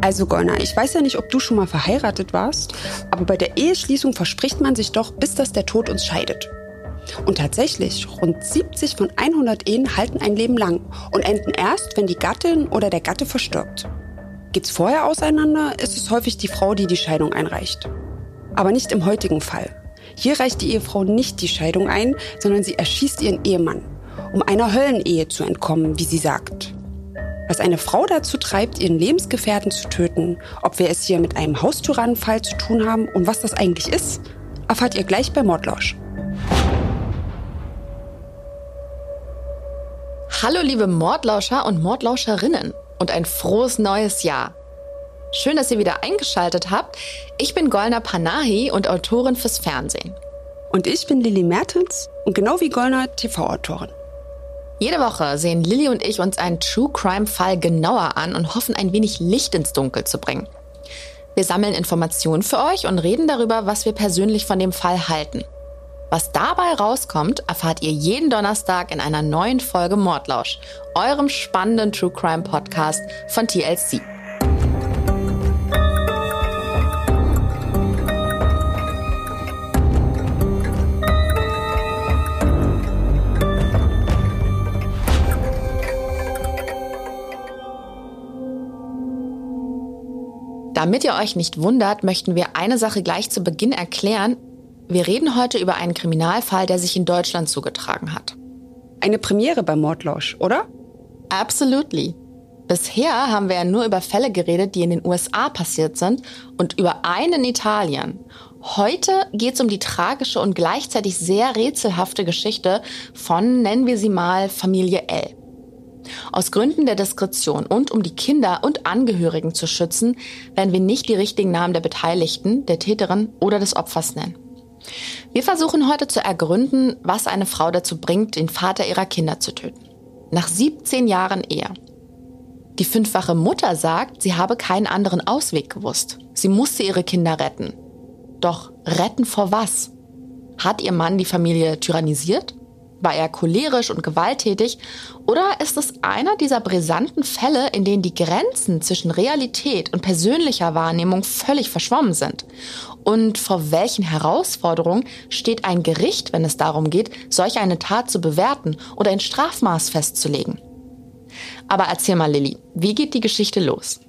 Also Golnar, ich weiß ja nicht, ob du schon mal verheiratet warst, aber bei der Eheschließung verspricht man sich doch, bis dass der Tod uns scheidet. Und tatsächlich, rund 70 von 100 Ehen halten ein Leben lang und enden erst, wenn die Gattin oder der Gatte verstirbt. Geht's vorher auseinander, ist es häufig die Frau, die die Scheidung einreicht. Aber nicht im heutigen Fall. Hier reicht die Ehefrau nicht die Scheidung ein, sondern sie erschießt ihren Ehemann, um einer Höllenehe zu entkommen, wie sie sagt. Was eine Frau dazu treibt, ihren Lebensgefährten zu töten, ob wir es hier mit einem Haustyrannenfall zu tun haben und was das eigentlich ist, erfahrt ihr gleich bei Mordlausch. Hallo liebe Mordlauscher und Mordlauscherinnen und ein frohes neues Jahr. Schön, dass ihr wieder eingeschaltet habt. Ich bin Golnar Panahi und Autorin fürs Fernsehen. Und ich bin Lilly Mertens und genau wie Golnar TV-Autorin. Jede Woche sehen Lilly und ich uns einen True-Crime-Fall genauer an und hoffen, ein wenig Licht ins Dunkel zu bringen. Wir sammeln Informationen für euch und reden darüber, was wir persönlich von dem Fall halten. Was dabei rauskommt, erfahrt ihr jeden Donnerstag in einer neuen Folge Mordlausch, eurem spannenden True-Crime-Podcast von TLC. Damit ihr euch nicht wundert, möchten wir eine Sache gleich zu Beginn erklären. Wir reden heute über einen Kriminalfall, der sich in Deutschland zugetragen hat. Eine Premiere bei Mordlausch, oder? Absolutely. Bisher haben wir ja nur über Fälle geredet, die in den USA passiert sind und über einen in Italien. Heute geht es um die tragische und gleichzeitig sehr rätselhafte Geschichte von, nennen wir sie mal, Familie L. Aus Gründen der Diskretion und um die Kinder und Angehörigen zu schützen, werden wir nicht die richtigen Namen der Beteiligten, der Täterin oder des Opfers nennen. Wir versuchen heute zu ergründen, was eine Frau dazu bringt, den Vater ihrer Kinder zu töten. Nach 17 Jahren Ehe. Die 5-fache Mutter sagt, sie habe keinen anderen Ausweg gewusst. Sie musste ihre Kinder retten. Doch retten vor was? Hat ihr Mann die Familie tyrannisiert? War er cholerisch und gewalttätig? Oder ist es einer dieser brisanten Fälle, in denen die Grenzen zwischen Realität und persönlicher Wahrnehmung völlig verschwommen sind? Und vor welchen Herausforderungen steht ein Gericht, wenn es darum geht, solch eine Tat zu bewerten oder ein Strafmaß festzulegen? Aber erzähl mal, Lilly, wie geht die Geschichte los?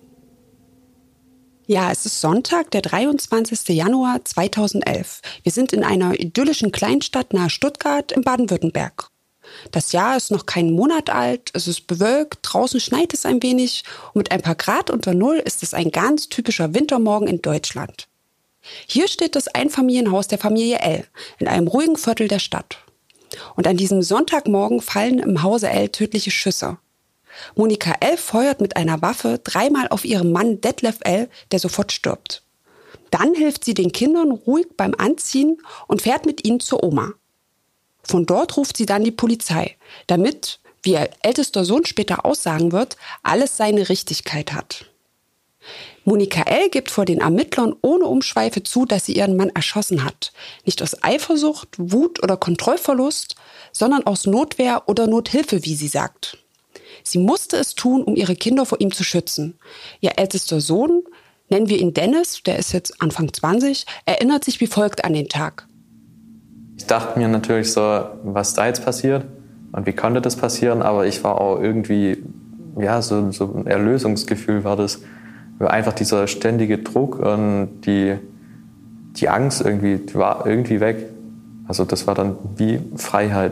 Ja, es ist Sonntag, der 23. Januar 2011. Wir sind in einer idyllischen Kleinstadt nahe Stuttgart in Baden-Württemberg. Das Jahr ist noch keinen Monat alt, es ist bewölkt, draußen schneit es ein wenig und mit ein paar Grad unter Null ist es ein ganz typischer Wintermorgen in Deutschland. Hier steht das Einfamilienhaus der Familie L. in einem ruhigen Viertel der Stadt. Und an diesem Sonntagmorgen fallen im Hause L tödliche Schüsse. Monika L. feuert mit einer Waffe 3-mal auf ihren Mann Detlef L., der sofort stirbt. Dann hilft sie den Kindern ruhig beim Anziehen und fährt mit ihnen zur Oma. Von dort ruft sie dann die Polizei, damit, wie ihr ältester Sohn später aussagen wird, alles seine Richtigkeit hat. Monika L. gibt vor den Ermittlern ohne Umschweife zu, dass sie ihren Mann erschossen hat. Nicht aus Eifersucht, Wut oder Kontrollverlust, sondern aus Notwehr oder Nothilfe, wie sie sagt. Sie musste es tun, um ihre Kinder vor ihm zu schützen. Ihr ältester Sohn, nennen wir ihn Dennis, der ist jetzt Anfang 20, erinnert sich wie folgt an den Tag. Ich dachte mir natürlich so, was da jetzt passiert und wie konnte das passieren, aber ich war auch irgendwie, ja, so ein Erlösungsgefühl war das. Einfach dieser ständige Druck und die Angst irgendwie, die war irgendwie weg. Also das war dann wie Freiheit.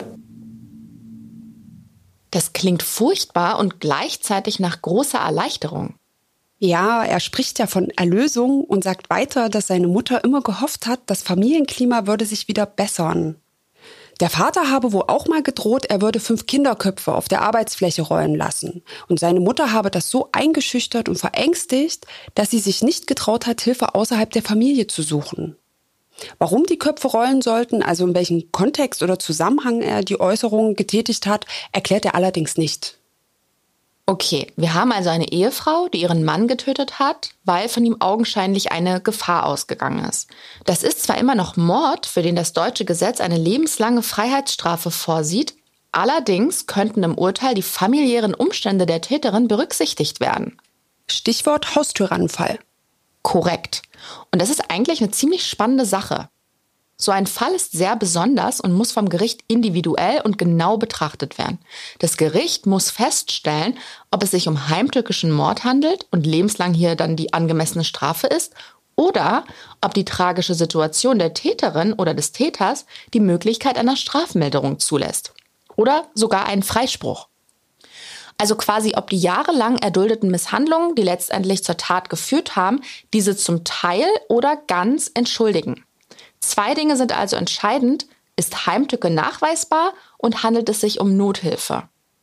Das klingt furchtbar und gleichzeitig nach großer Erleichterung. Ja, er spricht ja von Erlösung und sagt weiter, dass seine Mutter immer gehofft hat, das Familienklima würde sich wieder bessern. Der Vater habe wohl auch mal gedroht, er würde 5 Kinderköpfe auf der Arbeitsfläche rollen lassen. Und seine Mutter habe das so eingeschüchtert und verängstigt, dass sie sich nicht getraut hat, Hilfe außerhalb der Familie zu suchen. Warum die Köpfe rollen sollten, also in welchem Kontext oder Zusammenhang er die Äußerungen getätigt hat, erklärt er allerdings nicht. Okay, wir haben also eine Ehefrau, die ihren Mann getötet hat, weil von ihm augenscheinlich eine Gefahr ausgegangen ist. Das ist zwar immer noch Mord, für den das deutsche Gesetz eine lebenslange Freiheitsstrafe vorsieht, allerdings könnten im Urteil die familiären Umstände der Täterin berücksichtigt werden. Stichwort Haustyrannenfall. Korrekt. Und das ist eigentlich eine ziemlich spannende Sache. So ein Fall ist sehr besonders und muss vom Gericht individuell und genau betrachtet werden. Das Gericht muss feststellen, ob es sich um heimtückischen Mord handelt und lebenslang hier dann die angemessene Strafe ist oder ob die tragische Situation der Täterin oder des Täters die Möglichkeit einer Strafmilderung zulässt oder sogar einen Freispruch. Also quasi, ob die jahrelang erduldeten Misshandlungen, die letztendlich zur Tat geführt haben, diese zum Teil oder ganz entschuldigen. 2 Dinge sind also entscheidend. Ist Heimtücke nachweisbar und handelt es sich um Nothilfe?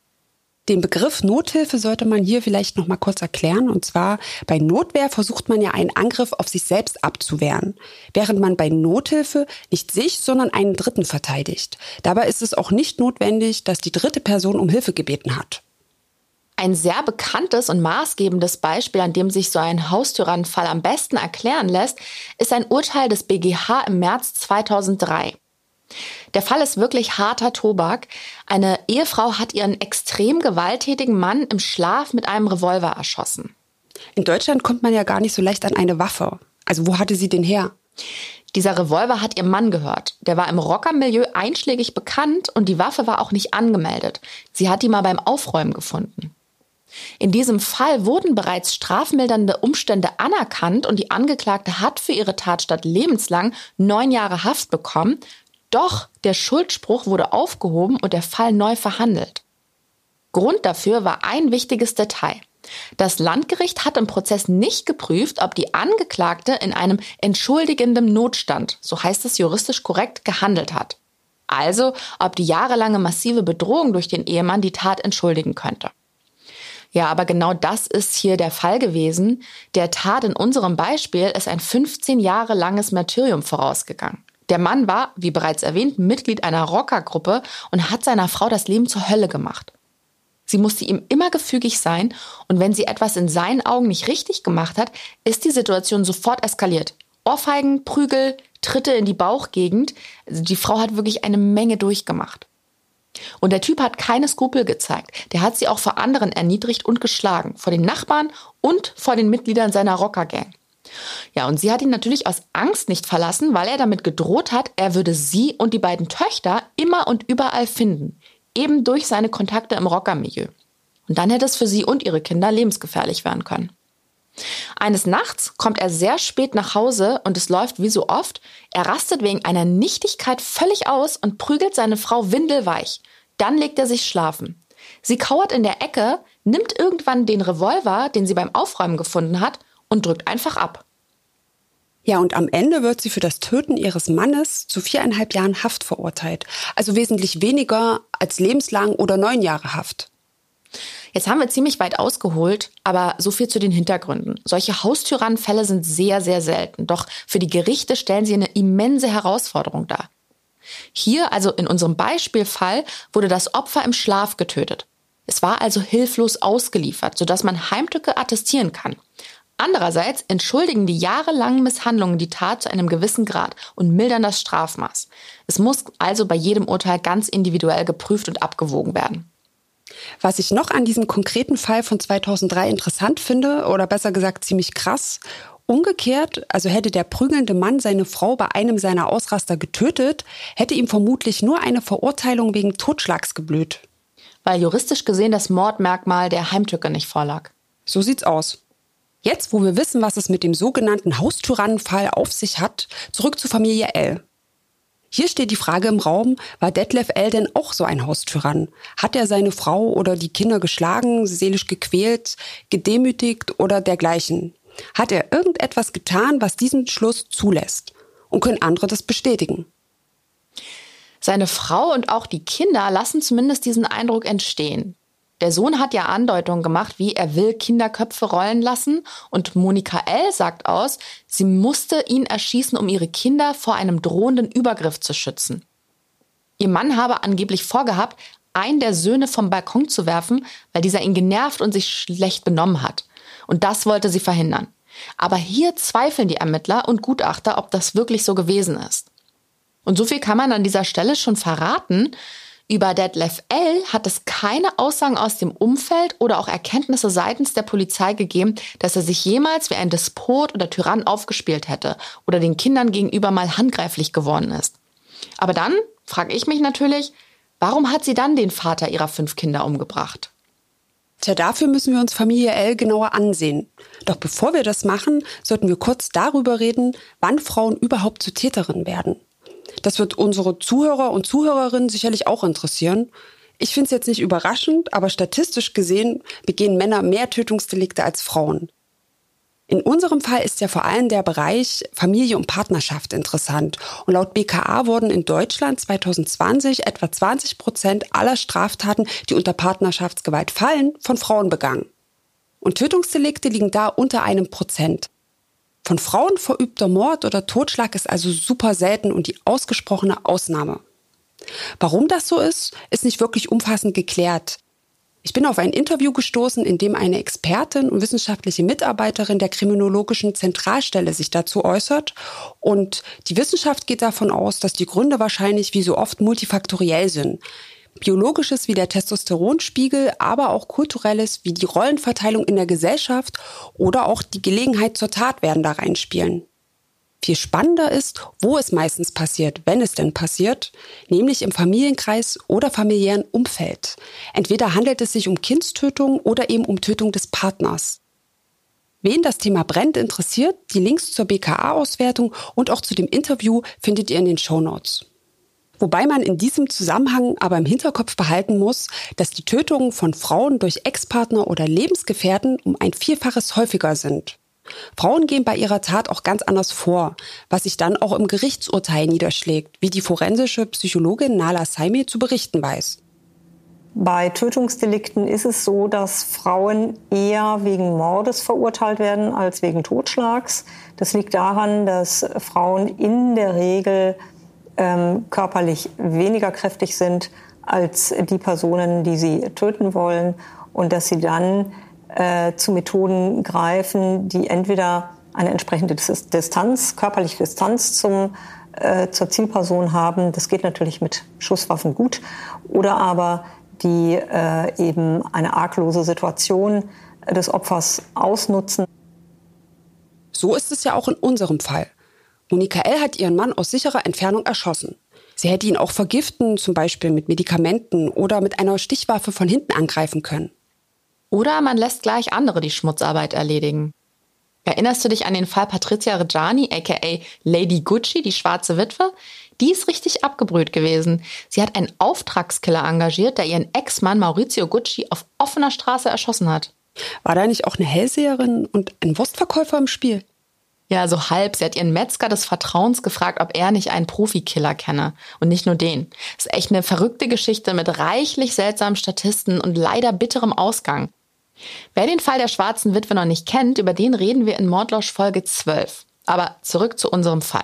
Den Begriff Nothilfe sollte man hier vielleicht noch mal kurz erklären. Und zwar bei Notwehr versucht man ja einen Angriff auf sich selbst abzuwehren, während man bei Nothilfe nicht sich, sondern einen Dritten verteidigt. Dabei ist es auch nicht notwendig, dass die dritte Person um Hilfe gebeten hat. Ein sehr bekanntes und maßgebendes Beispiel, an dem sich so ein Haustyrannenfall am besten erklären lässt, ist ein Urteil des BGH im März 2003. Der Fall ist wirklich harter Tobak. Eine Ehefrau hat ihren extrem gewalttätigen Mann im Schlaf mit einem Revolver erschossen. In Deutschland kommt man ja gar nicht so leicht an eine Waffe. Also wo hatte sie den her? Dieser Revolver hat ihrem Mann gehört. Der war im Rockermilieu einschlägig bekannt und die Waffe war auch nicht angemeldet. Sie hat die mal beim Aufräumen gefunden. In diesem Fall wurden bereits strafmildernde Umstände anerkannt und die Angeklagte hat für ihre Tat statt lebenslang 9 Jahre Haft bekommen. Doch der Schuldspruch wurde aufgehoben und der Fall neu verhandelt. Grund dafür war ein wichtiges Detail. Das Landgericht hat im Prozess nicht geprüft, ob die Angeklagte in einem entschuldigenden Notstand, so heißt es juristisch korrekt, gehandelt hat. Also, ob die jahrelange massive Bedrohung durch den Ehemann die Tat entschuldigen könnte. Ja, aber genau das ist hier der Fall gewesen. Der Tat in unserem Beispiel ist ein 15 Jahre langes Martyrium vorausgegangen. Der Mann war, wie bereits erwähnt, Mitglied einer Rockergruppe und hat seiner Frau das Leben zur Hölle gemacht. Sie musste ihm immer gefügig sein und wenn sie etwas in seinen Augen nicht richtig gemacht hat, ist die Situation sofort eskaliert. Ohrfeigen, Prügel, Tritte in die Bauchgegend. Also die Frau hat wirklich eine Menge durchgemacht. Und der Typ hat keine Skrupel gezeigt. Der hat sie auch vor anderen erniedrigt und geschlagen. Vor den Nachbarn und vor den Mitgliedern seiner Rockergang. Ja, und sie hat ihn natürlich aus Angst nicht verlassen, weil er damit gedroht hat, er würde sie und die beiden Töchter immer und überall finden. Eben durch seine Kontakte im Rockermilieu. Und dann hätte es für sie und ihre Kinder lebensgefährlich werden können. Eines Nachts kommt er sehr spät nach Hause und es läuft wie so oft. Er rastet wegen einer Nichtigkeit völlig aus und prügelt seine Frau windelweich. Dann legt er sich schlafen. Sie kauert in der Ecke, nimmt irgendwann den Revolver, den sie beim Aufräumen gefunden hat, und drückt einfach ab. Ja, und am Ende wird sie für das Töten ihres Mannes zu 4,5 Jahren Haft verurteilt. Also wesentlich weniger als lebenslang oder 9 Jahre Haft. Jetzt haben wir ziemlich weit ausgeholt, aber so viel zu den Hintergründen. Solche Haustyrannenfälle sind sehr, sehr selten. Doch für die Gerichte stellen sie eine immense Herausforderung dar. Hier, also in unserem Beispielfall, wurde das Opfer im Schlaf getötet. Es war also hilflos ausgeliefert, sodass man Heimtücke attestieren kann. Andererseits entschuldigen die jahrelangen Misshandlungen die Tat zu einem gewissen Grad und mildern das Strafmaß. Es muss also bei jedem Urteil ganz individuell geprüft und abgewogen werden. Was ich noch an diesem konkreten Fall von 2003 interessant finde, oder besser gesagt ziemlich krass, umgekehrt, also hätte der prügelnde Mann seine Frau bei einem seiner Ausraster getötet, hätte ihm vermutlich nur eine Verurteilung wegen Totschlags geblüht. Weil juristisch gesehen das Mordmerkmal der Heimtücke nicht vorlag. So sieht's aus. Jetzt, wo wir wissen, was es mit dem sogenannten Haustyrannenfall auf sich hat, zurück zur Familie L. Hier steht die Frage im Raum, war Detlef L. denn auch so ein Haustyrann? Hat er seine Frau oder die Kinder geschlagen, seelisch gequält, gedemütigt oder dergleichen? Hat er irgendetwas getan, was diesen Schluss zulässt? Und können andere das bestätigen? Seine Frau und auch die Kinder lassen zumindest diesen Eindruck entstehen. Der Sohn hat ja Andeutungen gemacht, wie er will Kinderköpfe rollen lassen. Und Monika L. sagt aus, sie musste ihn erschießen, um ihre Kinder vor einem drohenden Übergriff zu schützen. Ihr Mann habe angeblich vorgehabt, einen der Söhne vom Balkon zu werfen, weil dieser ihn genervt und sich schlecht benommen hat. Und das wollte sie verhindern. Aber hier zweifeln die Ermittler und Gutachter, ob das wirklich so gewesen ist. Und so viel kann man an dieser Stelle schon verraten. Über Detlef L. hat es keine Aussagen aus dem Umfeld oder auch Erkenntnisse seitens der Polizei gegeben, dass er sich jemals wie ein Despot oder Tyrann aufgespielt hätte oder den Kindern gegenüber mal handgreiflich geworden ist. Aber dann frage ich mich natürlich, warum hat sie dann den Vater ihrer 5 Kinder umgebracht? Tja, dafür müssen wir uns Familie L genauer ansehen. Doch bevor wir das machen, sollten wir kurz darüber reden, wann Frauen überhaupt zu Täterinnen werden. Das wird unsere Zuhörer und Zuhörerinnen sicherlich auch interessieren. Ich finde es jetzt nicht überraschend, aber statistisch gesehen begehen Männer mehr Tötungsdelikte als Frauen. In unserem Fall ist ja vor allem der Bereich Familie und Partnerschaft interessant. Und laut BKA wurden in Deutschland 2020 etwa 20% aller Straftaten, die unter Partnerschaftsgewalt fallen, von Frauen begangen. Und Tötungsdelikte liegen da unter 1%. Von Frauen verübter Mord oder Totschlag ist also super selten und die ausgesprochene Ausnahme. Warum das so ist nicht wirklich umfassend geklärt. Ich bin auf ein Interview gestoßen, in dem eine Expertin und wissenschaftliche Mitarbeiterin der Kriminologischen Zentralstelle sich dazu äußert. Und die Wissenschaft geht davon aus, dass die Gründe wahrscheinlich wie so oft multifaktoriell sind. Biologisches wie der Testosteronspiegel, aber auch kulturelles wie die Rollenverteilung in der Gesellschaft oder auch die Gelegenheit zur Tat werden da reinspielen. Viel spannender ist, wo es meistens passiert, wenn es denn passiert, nämlich im Familienkreis oder familiären Umfeld. Entweder handelt es sich um Kindstötung oder eben um Tötung des Partners. Wen das Thema brennend interessiert, die Links zur BKA-Auswertung und auch zu dem Interview findet ihr in den Shownotes. Wobei man in diesem Zusammenhang aber im Hinterkopf behalten muss, dass die Tötungen von Frauen durch Ex-Partner oder Lebensgefährten um ein Vielfaches häufiger sind. Frauen gehen bei ihrer Tat auch ganz anders vor, was sich dann auch im Gerichtsurteil niederschlägt, wie die forensische Psychologin Nala Saimi zu berichten weiß. Bei Tötungsdelikten ist es so, dass Frauen eher wegen Mordes verurteilt werden als wegen Totschlags. Das liegt daran, dass Frauen in der Regel körperlich weniger kräftig sind als die Personen, die sie töten wollen, und dass sie dann zu Methoden greifen, die entweder eine entsprechende Distanz, körperliche Distanz zur Zielperson haben. Das geht natürlich mit Schusswaffen gut. Oder aber die eben eine arglose Situation des Opfers ausnutzen. So ist es ja auch in unserem Fall. Monika L. hat ihren Mann aus sicherer Entfernung erschossen. Sie hätte ihn auch vergiften, zum Beispiel mit Medikamenten oder mit einer Stichwaffe von hinten angreifen können. Oder man lässt gleich andere die Schmutzarbeit erledigen. Erinnerst du dich an den Fall Patrizia Reggiani, aka Lady Gucci, die schwarze Witwe? Die ist richtig abgebrüht gewesen. Sie hat einen Auftragskiller engagiert, der ihren Ex-Mann Maurizio Gucci auf offener Straße erschossen hat. War da nicht auch eine Hellseherin und ein Wurstverkäufer im Spiel? Ja, so halb. Sie hat ihren Metzger des Vertrauens gefragt, ob er nicht einen Profikiller kenne. Und nicht nur den. Das ist echt eine verrückte Geschichte mit reichlich seltsamen Statisten und leider bitterem Ausgang. Wer den Fall der schwarzen Witwe noch nicht kennt, über den reden wir in Mordlausch Folge 12. Aber zurück zu unserem Fall.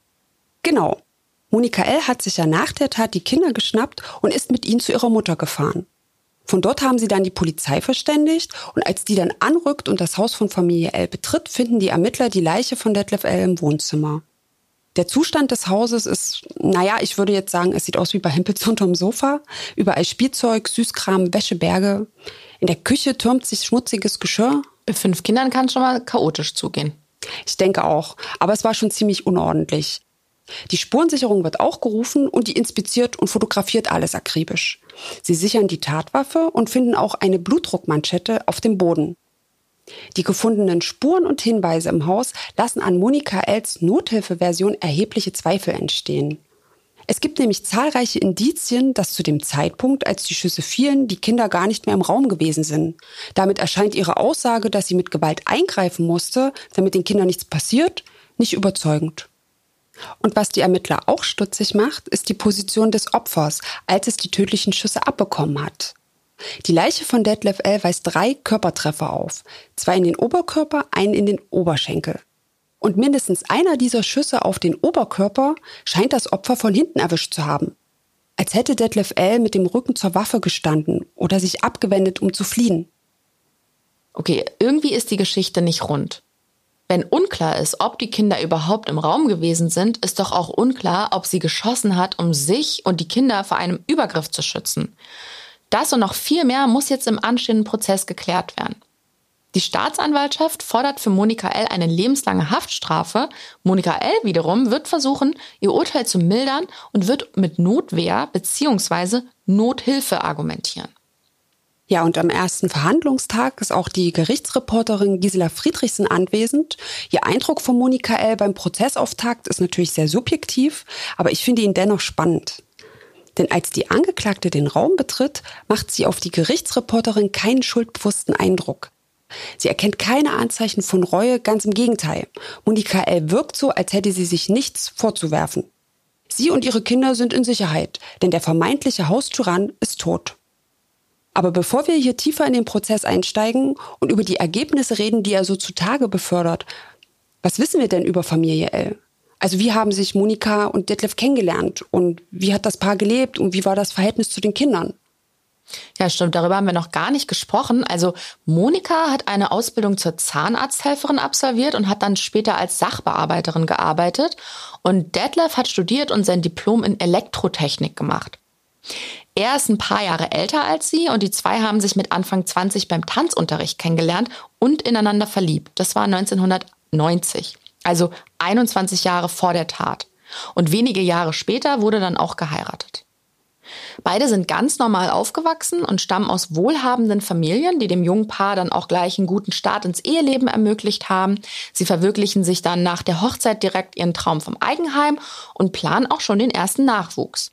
Genau. Monika L. hat sich ja nach der Tat die Kinder geschnappt und ist mit ihnen zu ihrer Mutter gefahren. Von dort haben sie dann die Polizei verständigt und als die dann anrückt und das Haus von Familie L. betritt, finden die Ermittler die Leiche von Detlef L. im Wohnzimmer. Der Zustand des Hauses ist, ich würde jetzt sagen, es sieht aus wie bei Hempels unterm Sofa. Überall Spielzeug, Süßkram, Wäscheberge. In der Küche türmt sich schmutziges Geschirr. Bei 5 Kindern kann es schon mal chaotisch zugehen. Ich denke auch, aber es war schon ziemlich unordentlich. Die Spurensicherung wird auch gerufen und die inspiziert und fotografiert alles akribisch. Sie sichern die Tatwaffe und finden auch eine Blutdruckmanschette auf dem Boden. Die gefundenen Spuren und Hinweise im Haus lassen an Monika L.'s Nothilfeversion erhebliche Zweifel entstehen. Es gibt nämlich zahlreiche Indizien, dass zu dem Zeitpunkt, als die Schüsse fielen, die Kinder gar nicht mehr im Raum gewesen sind. Damit erscheint ihre Aussage, dass sie mit Gewalt eingreifen musste, damit den Kindern nichts passiert, nicht überzeugend. Und was die Ermittler auch stutzig macht, ist die Position des Opfers, als es die tödlichen Schüsse abbekommen hat. Die Leiche von Detlef L. weist 3 Körpertreffer auf. 2 in den Oberkörper, einen in den Oberschenkel. Und mindestens einer dieser Schüsse auf den Oberkörper scheint das Opfer von hinten erwischt zu haben. Als hätte Detlef L. mit dem Rücken zur Waffe gestanden oder sich abgewendet, um zu fliehen. Okay, irgendwie ist die Geschichte nicht rund. Wenn unklar ist, ob die Kinder überhaupt im Raum gewesen sind, ist doch auch unklar, ob sie geschossen hat, um sich und die Kinder vor einem Übergriff zu schützen. Das und noch viel mehr muss jetzt im anstehenden Prozess geklärt werden. Die Staatsanwaltschaft fordert für Monika L. eine lebenslange Haftstrafe. Monika L. wiederum wird versuchen, ihr Urteil zu mildern und wird mit Notwehr bzw. Nothilfe argumentieren. Ja, und am ersten Verhandlungstag ist auch die Gerichtsreporterin Gisela Friedrichsen anwesend. Ihr Eindruck von Monika L. beim Prozessauftakt ist natürlich sehr subjektiv, aber ich finde ihn dennoch spannend. Denn als die Angeklagte den Raum betritt, macht sie auf die Gerichtsreporterin keinen schuldbewussten Eindruck. Sie erkennt keine Anzeichen von Reue, ganz im Gegenteil. Monika L. wirkt so, als hätte sie sich nichts vorzuwerfen. Sie und ihre Kinder sind in Sicherheit, denn der vermeintliche Haustyrann ist tot. Aber bevor wir hier tiefer in den Prozess einsteigen und über die Ergebnisse reden, die er so zutage befördert, was wissen wir denn über Familie L? Also wie haben sich Monika und Detlef kennengelernt und wie hat das Paar gelebt und wie war das Verhältnis zu den Kindern? Ja, stimmt, darüber haben wir noch gar nicht gesprochen. Also Monika hat eine Ausbildung zur Zahnarzthelferin absolviert und hat dann später als Sachbearbeiterin gearbeitet. Und Detlef hat studiert und sein Diplom in Elektrotechnik gemacht. Er ist ein paar Jahre älter als sie und die zwei haben sich mit Anfang 20 beim Tanzunterricht kennengelernt und ineinander verliebt. Das war 1990, also 21 Jahre vor der Tat. Und wenige Jahre später wurde dann auch geheiratet. Beide sind ganz normal aufgewachsen und stammen aus wohlhabenden Familien, die dem jungen Paar dann auch gleich einen guten Start ins Eheleben ermöglicht haben. Sie verwirklichen sich dann nach der Hochzeit direkt ihren Traum vom Eigenheim und planen auch schon den ersten Nachwuchs.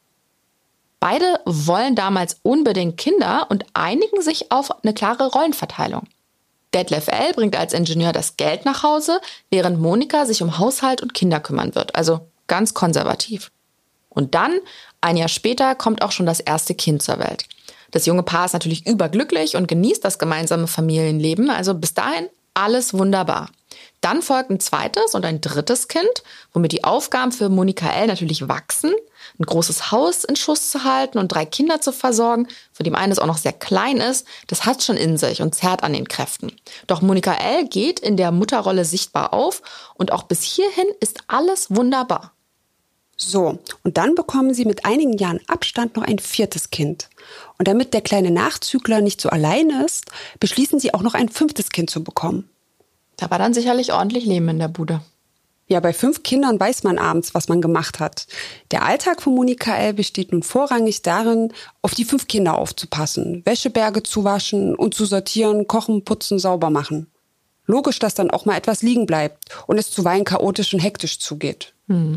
Beide wollen damals unbedingt Kinder und einigen sich auf eine klare Rollenverteilung. Detlef L. bringt als Ingenieur das Geld nach Hause, während Monika sich um Haushalt und Kinder kümmern wird, also ganz konservativ. Und dann, ein Jahr später, kommt auch schon das erste Kind zur Welt. Das junge Paar ist natürlich überglücklich und genießt das gemeinsame Familienleben, also bis dahin alles wunderbar. Dann folgt ein zweites und ein drittes Kind, womit die Aufgaben für Monika L. natürlich wachsen, ein großes Haus in Schuss zu halten und 3 Kinder zu versorgen, von dem eines auch noch sehr klein ist, das hat schon in sich und zerrt an den Kräften. Doch Monika L. geht in der Mutterrolle sichtbar auf und auch bis hierhin ist alles wunderbar. So, und dann bekommen sie mit einigen Jahren Abstand noch ein 4. Kind. Und damit der kleine Nachzügler nicht so allein ist, beschließen sie auch noch ein 5. Kind zu bekommen. Da war dann sicherlich ordentlich Leben in der Bude. Ja, bei 5 Kindern weiß man abends, was man gemacht hat. Der Alltag von Monika L. besteht nun vorrangig darin, auf die 5 Kinder aufzupassen, Wäscheberge zu waschen und zu sortieren, kochen, putzen, sauber machen. Logisch, dass dann auch mal etwas liegen bleibt und es zuweilen chaotisch und hektisch zugeht.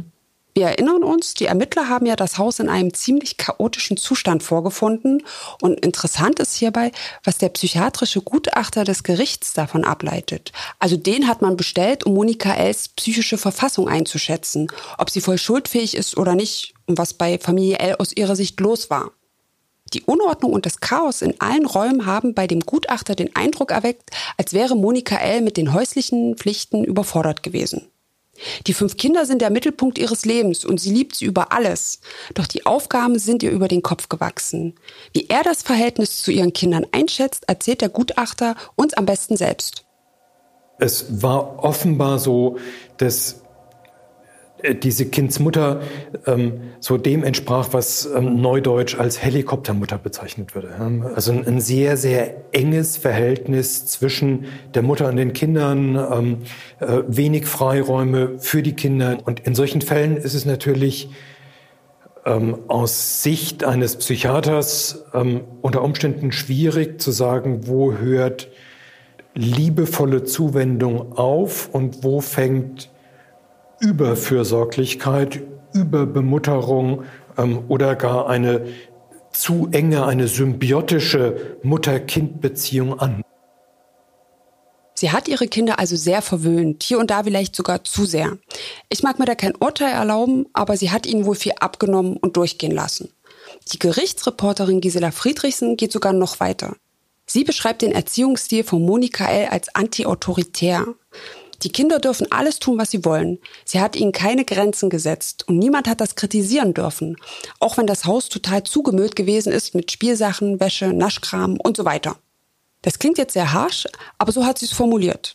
Wir erinnern uns, die Ermittler haben ja das Haus in einem ziemlich chaotischen Zustand vorgefunden. Und interessant ist hierbei, was der psychiatrische Gutachter des Gerichts davon ableitet. Also den hat man bestellt, um Monika L.'s psychische Verfassung einzuschätzen, ob sie voll schuldfähig ist oder nicht und was bei Familie L. aus ihrer Sicht los war. Die Unordnung und das Chaos in allen Räumen haben bei dem Gutachter den Eindruck erweckt, als wäre Monika L. mit den häuslichen Pflichten überfordert gewesen. Die 5 Kinder sind der Mittelpunkt ihres Lebens und sie liebt sie über alles. Doch die Aufgaben sind ihr über den Kopf gewachsen. Wie er das Verhältnis zu ihren Kindern einschätzt, erzählt der Gutachter uns am besten selbst. Es war offenbar so, dass diese Kindsmutter so dem entsprach, was neudeutsch als Helikoptermutter bezeichnet würde. Also ein sehr, sehr enges Verhältnis zwischen der Mutter und den Kindern, wenig Freiräume für die Kinder. Und in solchen Fällen ist es natürlich aus Sicht eines Psychiaters unter Umständen schwierig zu sagen, wo hört liebevolle Zuwendung auf und wo fängt Überfürsorglichkeit, Überbemutterung oder gar eine zu enge, eine symbiotische Mutter-Kind-Beziehung an. Sie hat ihre Kinder also sehr verwöhnt, hier und da vielleicht sogar zu sehr. Ich mag mir da kein Urteil erlauben, aber sie hat ihnen wohl viel abgenommen und durchgehen lassen. Die Gerichtsreporterin Gisela Friedrichsen geht sogar noch weiter. Sie beschreibt den Erziehungsstil von Monika L. als anti-autoritär. Die Kinder dürfen alles tun, was sie wollen. Sie hat ihnen keine Grenzen gesetzt und niemand hat das kritisieren dürfen. Auch wenn das Haus total zugemüllt gewesen ist mit Spielsachen, Wäsche, Naschkram und so weiter. Das klingt jetzt sehr harsch, aber so hat sie es formuliert.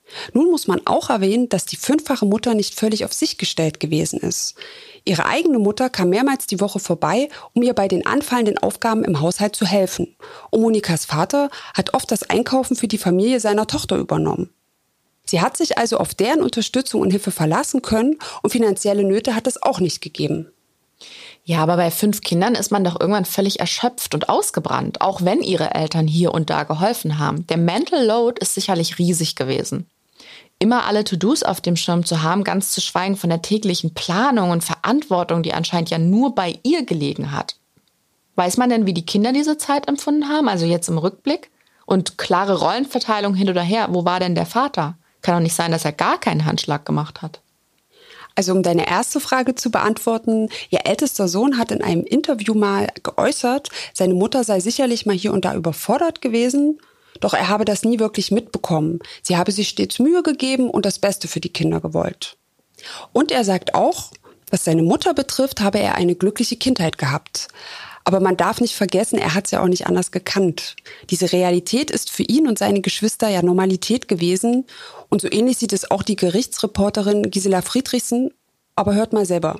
Nun muss man auch erwähnen, dass die 5-fache Mutter nicht völlig auf sich gestellt gewesen ist. Ihre eigene Mutter kam mehrmals die Woche vorbei, um ihr bei den anfallenden Aufgaben im Haushalt zu helfen. Und Monikas Vater hat oft das Einkaufen für die Familie seiner Tochter übernommen. Sie hat sich also auf deren Unterstützung und Hilfe verlassen können und finanzielle Nöte hat es auch nicht gegeben. Ja, aber bei 5 Kindern ist man doch irgendwann völlig erschöpft und ausgebrannt, auch wenn ihre Eltern hier und da geholfen haben. Der Mental Load ist sicherlich riesig gewesen. Immer alle To-Dos auf dem Schirm zu haben, ganz zu schweigen von der täglichen Planung und Verantwortung, die anscheinend ja nur bei ihr gelegen hat. Weiß man denn, wie die Kinder diese Zeit empfunden haben, also jetzt im Rückblick? Und klare Rollenverteilung hin oder her, wo war denn der Vater? Kann doch nicht sein, dass er gar keinen Handschlag gemacht hat. Also um deine erste Frage zu beantworten, ihr ältester Sohn hat in einem Interview mal geäußert, seine Mutter sei sicherlich mal hier und da überfordert gewesen, doch er habe das nie wirklich mitbekommen. Sie habe sich stets Mühe gegeben und das Beste für die Kinder gewollt. Und er sagt auch, was seine Mutter betrifft, habe er eine glückliche Kindheit gehabt. Aber man darf nicht vergessen, er hat es ja auch nicht anders gekannt. Diese Realität ist für ihn und seine Geschwister ja Normalität gewesen. Und so ähnlich sieht es auch die Gerichtsreporterin Gisela Friedrichsen. Aber hört mal selber.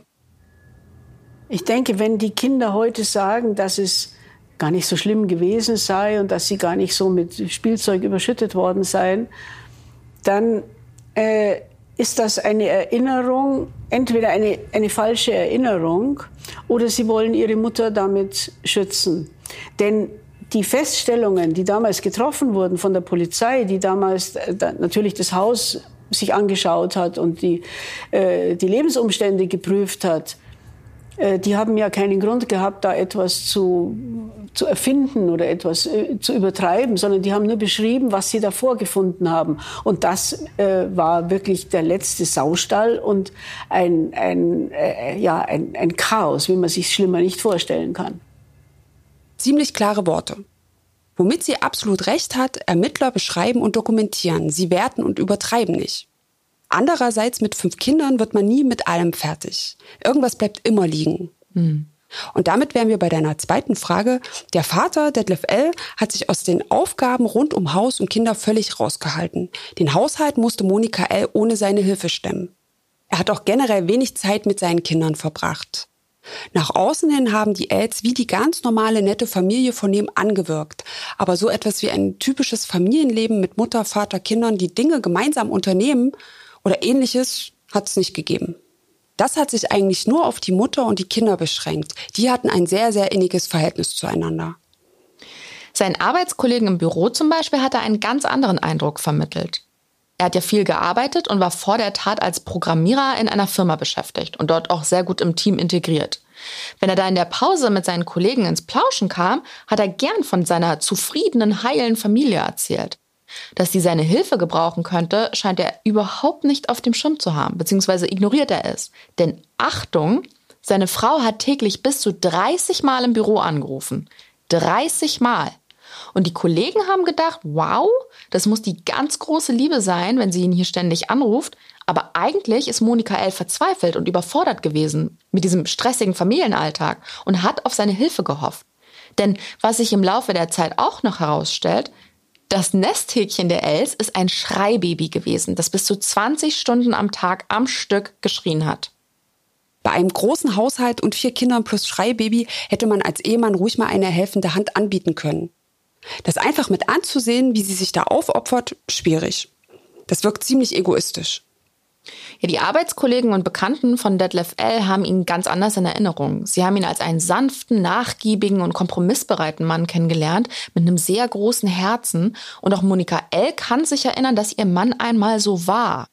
Ich denke, wenn die Kinder heute sagen, dass es gar nicht so schlimm gewesen sei und dass sie gar nicht so mit Spielzeug überschüttet worden seien, dann ist das eine Erinnerung, entweder eine falsche Erinnerung oder sie wollen ihre Mutter damit schützen. Denn die Feststellungen, die damals getroffen wurden von der Polizei, die damals natürlich das Haus sich angeschaut hat und die Lebensumstände geprüft hat, die haben ja keinen Grund gehabt, da etwas zu erfinden oder etwas zu übertreiben, sondern die haben nur beschrieben, was sie da vorgefunden haben. Und das war wirklich der letzte Saustall und ein Chaos, wie man sich schlimmer nicht vorstellen kann. Ziemlich klare Worte. Womit sie absolut recht hat, Ermittler beschreiben und dokumentieren. Sie werten und übertreiben nicht. Andererseits mit 5 Kindern wird man nie mit allem fertig. Irgendwas bleibt immer liegen. Und damit wären wir bei deiner zweiten Frage. Der Vater, Detlef L., hat sich aus den Aufgaben rund um Haus und Kinder völlig rausgehalten. Den Haushalt musste Monika L. ohne seine Hilfe stemmen. Er hat auch generell wenig Zeit mit seinen Kindern verbracht. Nach außen hin haben die Els wie die ganz normale, nette Familie von nebenan gewirkt. Aber so etwas wie ein typisches Familienleben mit Mutter, Vater, Kindern, die Dinge gemeinsam unternehmen oder Ähnliches, hat es nicht gegeben. Das hat sich eigentlich nur auf die Mutter und die Kinder beschränkt. Die hatten ein sehr, sehr inniges Verhältnis zueinander. Seinen Arbeitskollegen im Büro zum Beispiel hat er einen ganz anderen Eindruck vermittelt. Er hat ja viel gearbeitet und war vor der Tat als Programmierer in einer Firma beschäftigt und dort auch sehr gut im Team integriert. Wenn er da in der Pause mit seinen Kollegen ins Plauschen kam, hat er gern von seiner zufriedenen, heilen Familie erzählt. Dass sie seine Hilfe gebrauchen könnte, scheint er überhaupt nicht auf dem Schirm zu haben, beziehungsweise ignoriert er es. Denn Achtung, seine Frau hat täglich bis zu 30 Mal im Büro angerufen. 30 Mal. Und die Kollegen haben gedacht, wow, das muss die ganz große Liebe sein, wenn sie ihn hier ständig anruft. Aber eigentlich ist Monika L. verzweifelt und überfordert gewesen mit diesem stressigen Familienalltag und hat auf seine Hilfe gehofft. Denn was sich im Laufe der Zeit auch noch herausstellt, das Nesthäkchen der Els ist ein Schreibaby gewesen, das bis zu 20 Stunden am Tag am Stück geschrien hat. Bei einem großen Haushalt und 4 Kindern plus Schreibaby hätte man als Ehemann ruhig mal eine helfende Hand anbieten können. Das einfach mit anzusehen, wie sie sich da aufopfert, schwierig. Das wirkt ziemlich egoistisch. Ja, die Arbeitskollegen und Bekannten von Detlef L. haben ihn ganz anders in Erinnerung. Sie haben ihn als einen sanften, nachgiebigen und kompromissbereiten Mann kennengelernt, mit einem sehr großen Herzen. Und auch Monika L. kann sich erinnern, dass ihr Mann einmal so war.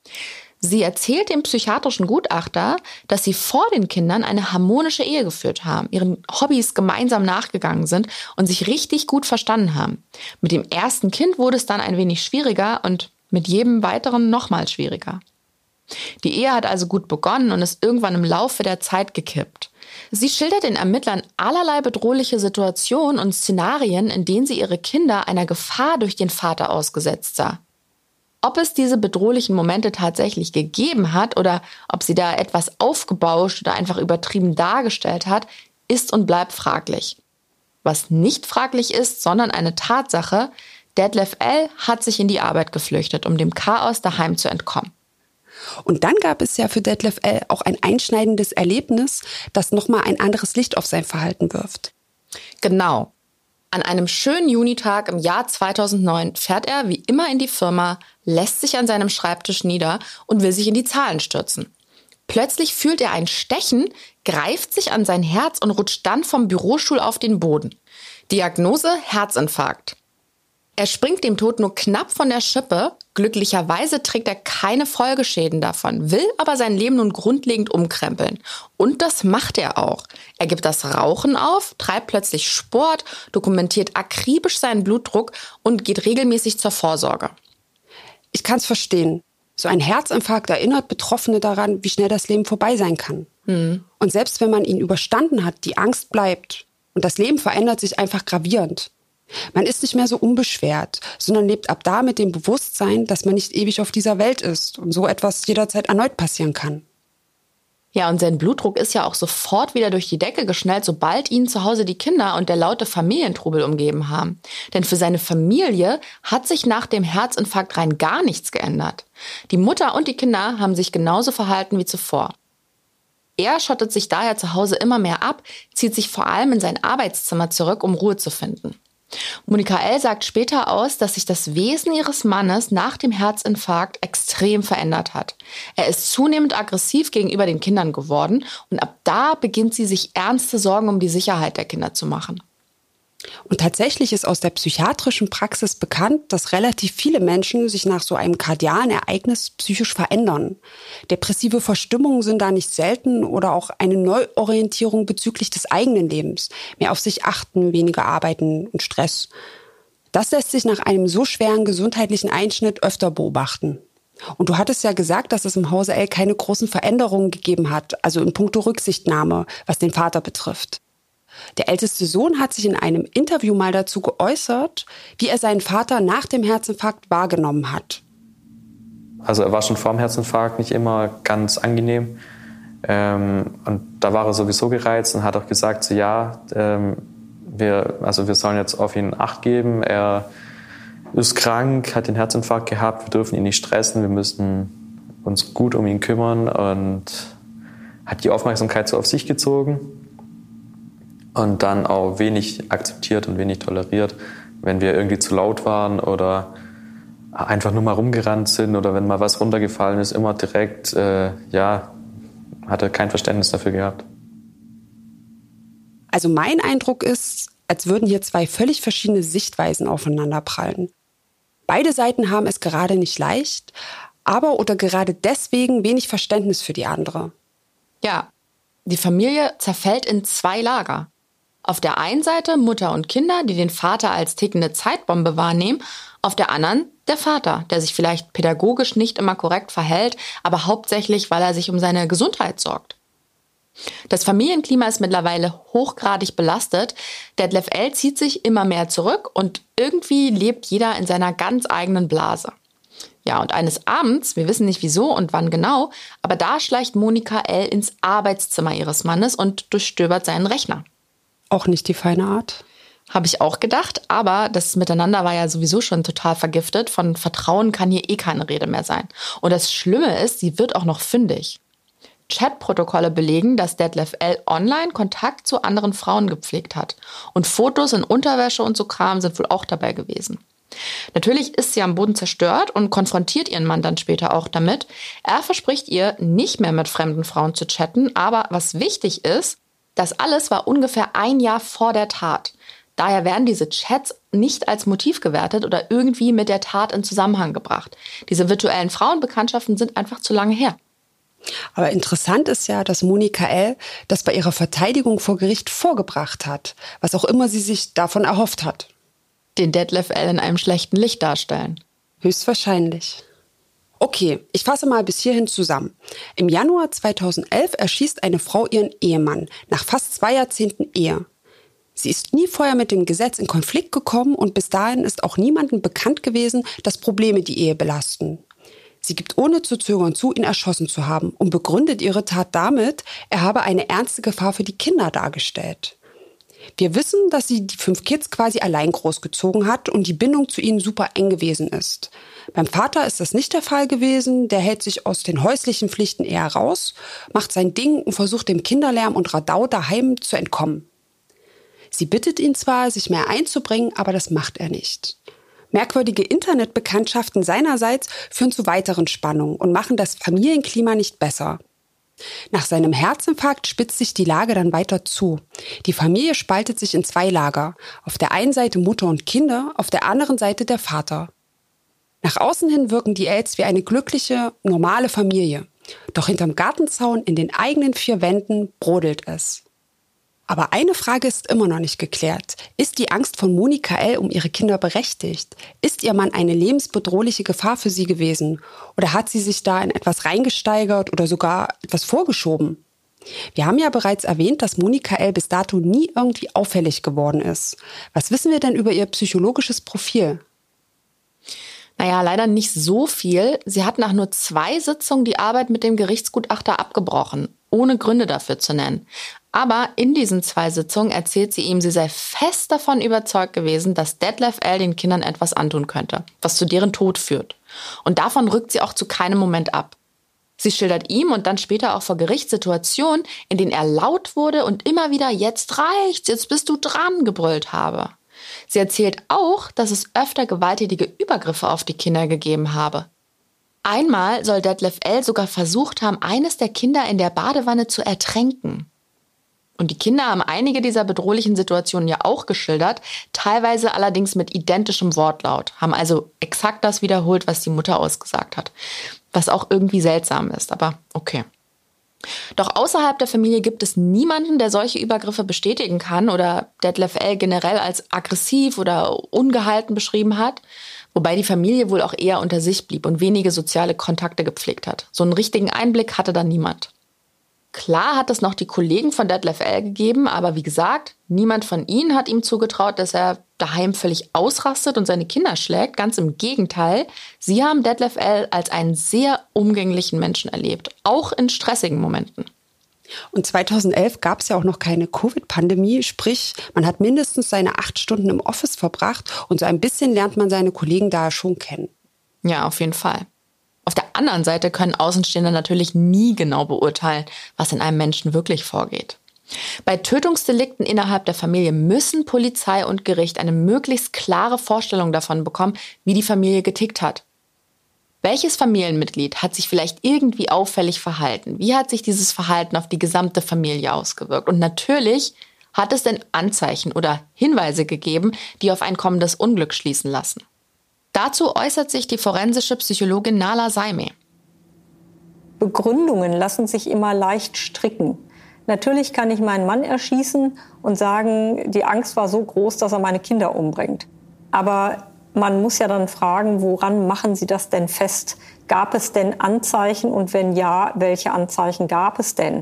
Sie erzählt dem psychiatrischen Gutachter, dass sie vor den Kindern eine harmonische Ehe geführt haben, ihren Hobbys gemeinsam nachgegangen sind und sich richtig gut verstanden haben. Mit dem ersten Kind wurde es dann ein wenig schwieriger und mit jedem weiteren nochmal schwieriger. Die Ehe hat also gut begonnen und ist irgendwann im Laufe der Zeit gekippt. Sie schildert den Ermittlern allerlei bedrohliche Situationen und Szenarien, in denen sie ihre Kinder einer Gefahr durch den Vater ausgesetzt sah. Ob es diese bedrohlichen Momente tatsächlich gegeben hat oder ob sie da etwas aufgebauscht oder einfach übertrieben dargestellt hat, ist und bleibt fraglich. Was nicht fraglich ist, sondern eine Tatsache, Detlef L. hat sich in die Arbeit geflüchtet, um dem Chaos daheim zu entkommen. Und dann gab es ja für Detlef L. auch ein einschneidendes Erlebnis, das nochmal ein anderes Licht auf sein Verhalten wirft. Genau. An einem schönen Junitag im Jahr 2009 fährt er wie immer in die Firma, lässt sich an seinem Schreibtisch nieder und will sich in die Zahlen stürzen. Plötzlich fühlt er ein Stechen, greift sich an sein Herz und rutscht dann vom Bürostuhl auf den Boden. Diagnose: Herzinfarkt. Er springt dem Tod nur knapp von der Schippe. Glücklicherweise trägt er keine Folgeschäden davon, will aber sein Leben nun grundlegend umkrempeln. Und das macht er auch. Er gibt das Rauchen auf, treibt plötzlich Sport, dokumentiert akribisch seinen Blutdruck und geht regelmäßig zur Vorsorge. Ich kann es verstehen. So ein Herzinfarkt erinnert Betroffene daran, wie schnell das Leben vorbei sein kann. Und selbst wenn man ihn überstanden hat, die Angst bleibt. Und das Leben verändert sich einfach gravierend. Man ist nicht mehr so unbeschwert, sondern lebt ab da mit dem Bewusstsein, dass man nicht ewig auf dieser Welt ist und so etwas jederzeit erneut passieren kann. Ja, und sein Blutdruck ist ja auch sofort wieder durch die Decke geschnellt, sobald ihn zu Hause die Kinder und der laute Familientrubel umgeben haben. Denn für seine Familie hat sich nach dem Herzinfarkt rein gar nichts geändert. Die Mutter und die Kinder haben sich genauso verhalten wie zuvor. Er schottet sich daher zu Hause immer mehr ab, zieht sich vor allem in sein Arbeitszimmer zurück, um Ruhe zu finden. Monika L. sagt später aus, dass sich das Wesen ihres Mannes nach dem Herzinfarkt extrem verändert hat. Er ist zunehmend aggressiv gegenüber den Kindern geworden und ab da beginnt sie sich ernste Sorgen um die Sicherheit der Kinder zu machen. Und tatsächlich ist aus der psychiatrischen Praxis bekannt, dass relativ viele Menschen sich nach so einem kardialen Ereignis psychisch verändern. Depressive Verstimmungen sind da nicht selten oder auch eine Neuorientierung bezüglich des eigenen Lebens. Mehr auf sich achten, weniger arbeiten und Stress. Das lässt sich nach einem so schweren gesundheitlichen Einschnitt öfter beobachten. Und du hattest ja gesagt, dass es im Hause L. keine großen Veränderungen gegeben hat, also in puncto Rücksichtnahme, was den Vater betrifft. Der älteste Sohn hat sich in einem Interview mal dazu geäußert, wie er seinen Vater nach dem Herzinfarkt wahrgenommen hat. Also er war schon vor dem Herzinfarkt nicht immer ganz angenehm. Und da war er sowieso gereizt und hat auch gesagt, so, ja, wir sollen jetzt auf ihn Acht geben. Er ist krank, hat den Herzinfarkt gehabt, wir dürfen ihn nicht stressen, wir müssen uns gut um ihn kümmern und hat die Aufmerksamkeit so auf sich gezogen. Und dann auch wenig akzeptiert und wenig toleriert, wenn wir irgendwie zu laut waren oder einfach nur mal rumgerannt sind oder wenn mal was runtergefallen ist, immer direkt, hat er kein Verständnis dafür gehabt. Also mein Eindruck ist, als würden hier zwei völlig verschiedene Sichtweisen aufeinanderprallen. Beide Seiten haben es gerade nicht leicht, aber oder gerade deswegen wenig Verständnis für die andere. Ja, die Familie zerfällt in zwei Lager. Auf der einen Seite Mutter und Kinder, die den Vater als tickende Zeitbombe wahrnehmen. Auf der anderen der Vater, der sich vielleicht pädagogisch nicht immer korrekt verhält, aber hauptsächlich, weil er sich um seine Gesundheit sorgt. Das Familienklima ist mittlerweile hochgradig belastet. Detlef L. zieht sich immer mehr zurück und irgendwie lebt jeder in seiner ganz eigenen Blase. Ja, und eines Abends, wir wissen nicht wieso und wann genau, aber da schleicht Monika L. ins Arbeitszimmer ihres Mannes und durchstöbert seinen Rechner. Auch nicht die feine Art. Habe ich auch gedacht, aber das Miteinander war ja sowieso schon total vergiftet. Von Vertrauen kann hier keine Rede mehr sein. Und das Schlimme ist, sie wird auch noch fündig. Chatprotokolle belegen, dass Detlef L. online Kontakt zu anderen Frauen gepflegt hat. Und Fotos in Unterwäsche und so Kram sind wohl auch dabei gewesen. Natürlich ist sie am Boden zerstört und konfrontiert ihren Mann dann später auch damit. Er verspricht ihr, nicht mehr mit fremden Frauen zu chatten, aber was wichtig ist, das alles war ungefähr ein Jahr vor der Tat. Daher werden diese Chats nicht als Motiv gewertet oder irgendwie mit der Tat in Zusammenhang gebracht. Diese virtuellen Frauenbekanntschaften sind einfach zu lange her. Aber interessant ist ja, dass Monika L. das bei ihrer Verteidigung vor Gericht vorgebracht hat, was auch immer sie sich davon erhofft hat. Den Detlef L. in einem schlechten Licht darstellen. Höchstwahrscheinlich. Okay, ich fasse mal bis hierhin zusammen. Im Januar 2011 erschießt eine Frau ihren Ehemann nach fast 2 Jahrzehnten Ehe. Sie ist nie vorher mit dem Gesetz in Konflikt gekommen und bis dahin ist auch niemandem bekannt gewesen, dass Probleme die Ehe belasten. Sie gibt ohne zu zögern zu, ihn erschossen zu haben und begründet ihre Tat damit, er habe eine ernste Gefahr für die Kinder dargestellt. Wir wissen, dass sie die 5 Kids quasi allein großgezogen hat und die Bindung zu ihnen super eng gewesen ist. Beim Vater ist das nicht der Fall gewesen. Der hält sich aus den häuslichen Pflichten eher raus, macht sein Ding und versucht dem Kinderlärm und Radau daheim zu entkommen. Sie bittet ihn zwar, sich mehr einzubringen, aber das macht er nicht. Merkwürdige Internetbekanntschaften seinerseits führen zu weiteren Spannungen und machen das Familienklima nicht besser. Nach seinem Herzinfarkt spitzt sich die Lage dann weiter zu. Die Familie spaltet sich in 2 Lager. Auf der einen Seite Mutter und Kinder, auf der anderen Seite der Vater. Nach außen hin wirken die Els wie eine glückliche, normale Familie. Doch hinterm Gartenzaun in den eigenen 4 Wänden brodelt es. Aber eine Frage ist immer noch nicht geklärt. Ist die Angst von Monika L. um ihre Kinder berechtigt? Ist ihr Mann eine lebensbedrohliche Gefahr für sie gewesen? Oder hat sie sich da in etwas reingesteigert oder sogar etwas vorgeschoben? Wir haben ja bereits erwähnt, dass Monika L. bis dato nie irgendwie auffällig geworden ist. Was wissen wir denn über ihr psychologisches Profil? Naja, leider nicht so viel. Sie hat nach nur 2 Sitzungen die Arbeit mit dem Gerichtsgutachter abgebrochen, ohne Gründe dafür zu nennen. Aber in diesen 2 Sitzungen erzählt sie ihm, sie sei fest davon überzeugt gewesen, dass Detlef L. den Kindern etwas antun könnte, was zu deren Tod führt. Und davon rückt sie auch zu keinem Moment ab. Sie schildert ihm und dann später auch vor Gericht Situationen, in denen er laut wurde und immer wieder „Jetzt reicht's, jetzt bist du dran" gebrüllt habe. Sie erzählt auch, dass es öfter gewalttätige Übergriffe auf die Kinder gegeben habe. Einmal soll Detlef L. sogar versucht haben, eines der Kinder in der Badewanne zu ertränken. Und die Kinder haben einige dieser bedrohlichen Situationen ja auch geschildert, teilweise allerdings mit identischem Wortlaut, haben also exakt das wiederholt, was die Mutter ausgesagt hat. Was auch irgendwie seltsam ist, aber okay. Doch außerhalb der Familie gibt es niemanden, der solche Übergriffe bestätigen kann oder Detlef L. generell als aggressiv oder ungehalten beschrieben hat, wobei die Familie wohl auch eher unter sich blieb und wenige soziale Kontakte gepflegt hat. So einen richtigen Einblick hatte da niemand. Klar hat es noch die Kollegen von Detlef L. gegeben, aber wie gesagt, niemand von ihnen hat ihm zugetraut, dass er daheim völlig ausrastet und seine Kinder schlägt. Ganz im Gegenteil, sie haben Detlef L. als einen sehr umgänglichen Menschen erlebt, auch in stressigen Momenten. Und 2011 gab es ja auch noch keine Covid-Pandemie, sprich, man hat mindestens seine 8 Stunden im Office verbracht und so ein bisschen lernt man seine Kollegen da schon kennen. Ja, auf jeden Fall. Auf der anderen Seite können Außenstehende natürlich nie genau beurteilen, was in einem Menschen wirklich vorgeht. Bei Tötungsdelikten innerhalb der Familie müssen Polizei und Gericht eine möglichst klare Vorstellung davon bekommen, wie die Familie getickt hat. Welches Familienmitglied hat sich vielleicht irgendwie auffällig verhalten? Wie hat sich dieses Verhalten auf die gesamte Familie ausgewirkt? Und natürlich hat es denn Anzeichen oder Hinweise gegeben, die auf ein kommendes Unglück schließen lassen. Dazu äußert sich die forensische Psychologin Nala Saimeh. Begründungen lassen sich immer leicht stricken. Natürlich kann ich meinen Mann erschießen und sagen, die Angst war so groß, dass er meine Kinder umbringt. Aber man muss ja dann fragen, woran machen Sie das denn fest? Gab es denn Anzeichen und wenn ja, welche Anzeichen gab es denn?